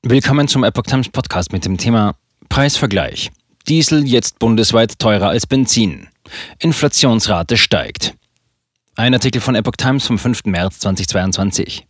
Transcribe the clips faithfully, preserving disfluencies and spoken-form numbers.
Willkommen zum Epoch Times Podcast mit dem Thema Preisvergleich. Diesel jetzt bundesweit teurer als Benzin. Inflationsrate steigt. Ein Artikel von Epoch Times vom fünften März zweitausendzweiundzwanzig.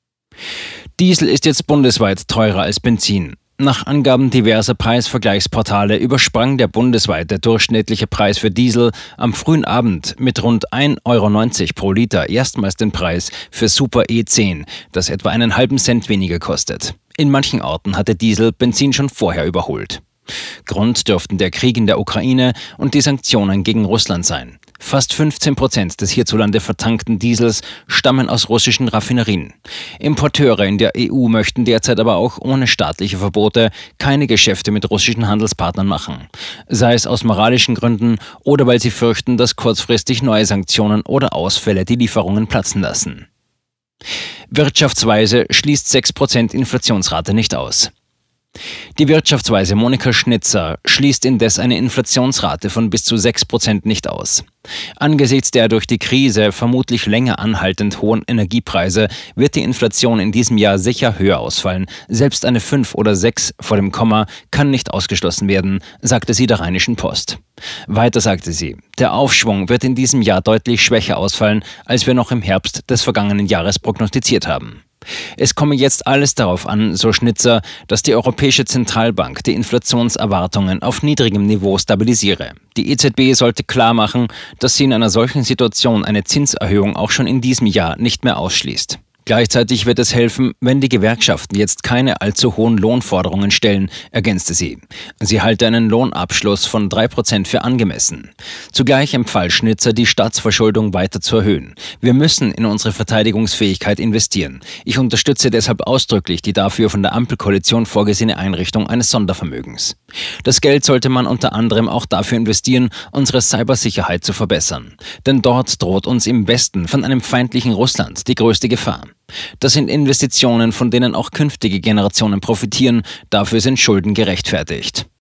Diesel ist jetzt bundesweit teurer als Benzin. Nach Angaben diverser Preisvergleichsportale übersprang der bundesweite durchschnittliche Preis für Diesel am frühen Abend mit rund ein Euro neunzig pro Liter erstmals den Preis für Super E zehn, das etwa einen halben Cent weniger kostet. In manchen Orten hatte Diesel Benzin schon vorher überholt. Grund dürften der Krieg in der Ukraine und die Sanktionen gegen Russland sein. Fast fünfzehn Prozent des hierzulande vertankten Diesels stammen aus russischen Raffinerien. Importeure in der E U möchten derzeit aber auch ohne staatliche Verbote keine Geschäfte mit russischen Handelspartnern machen. Sei es aus moralischen Gründen oder weil sie fürchten, dass kurzfristig neue Sanktionen oder Ausfälle die Lieferungen platzen lassen. Wirtschaftsweise schließt sechs Prozent Inflationsrate nicht aus. Die Wirtschaftsweise Monika Schnitzer schließt indes eine Inflationsrate von bis zu sechs Prozent nicht aus. Angesichts der durch die Krise vermutlich länger anhaltend hohen Energiepreise wird die Inflation in diesem Jahr sicher höher ausfallen. Selbst eine fünf oder sechs vor dem Komma kann nicht ausgeschlossen werden, sagte sie der Rheinischen Post. Weiter sagte sie, der Aufschwung wird in diesem Jahr deutlich schwächer ausfallen, als wir noch im Herbst des vergangenen Jahres prognostiziert haben. Es komme jetzt alles darauf an, so Schnitzer, dass die Europäische Zentralbank die Inflationserwartungen auf niedrigem Niveau stabilisiere. Die E Z B sollte klar machen, dass sie in einer solchen Situation eine Zinserhöhung auch schon in diesem Jahr nicht mehr ausschließt. Gleichzeitig wird es helfen, wenn die Gewerkschaften jetzt keine allzu hohen Lohnforderungen stellen, ergänzte sie. Sie halte einen Lohnabschluss von drei Prozent für angemessen. Zugleich empfahl Schnitzer, die Staatsverschuldung weiter zu erhöhen. Wir müssen in unsere Verteidigungsfähigkeit investieren. Ich unterstütze deshalb ausdrücklich die dafür von der Ampelkoalition vorgesehene Einrichtung eines Sondervermögens. Das Geld sollte man unter anderem auch dafür investieren, unsere Cybersicherheit zu verbessern. Denn dort droht uns im Westen von einem feindlichen Russland die größte Gefahr. Das sind Investitionen, von denen auch künftige Generationen profitieren. Dafür sind Schulden gerechtfertigt.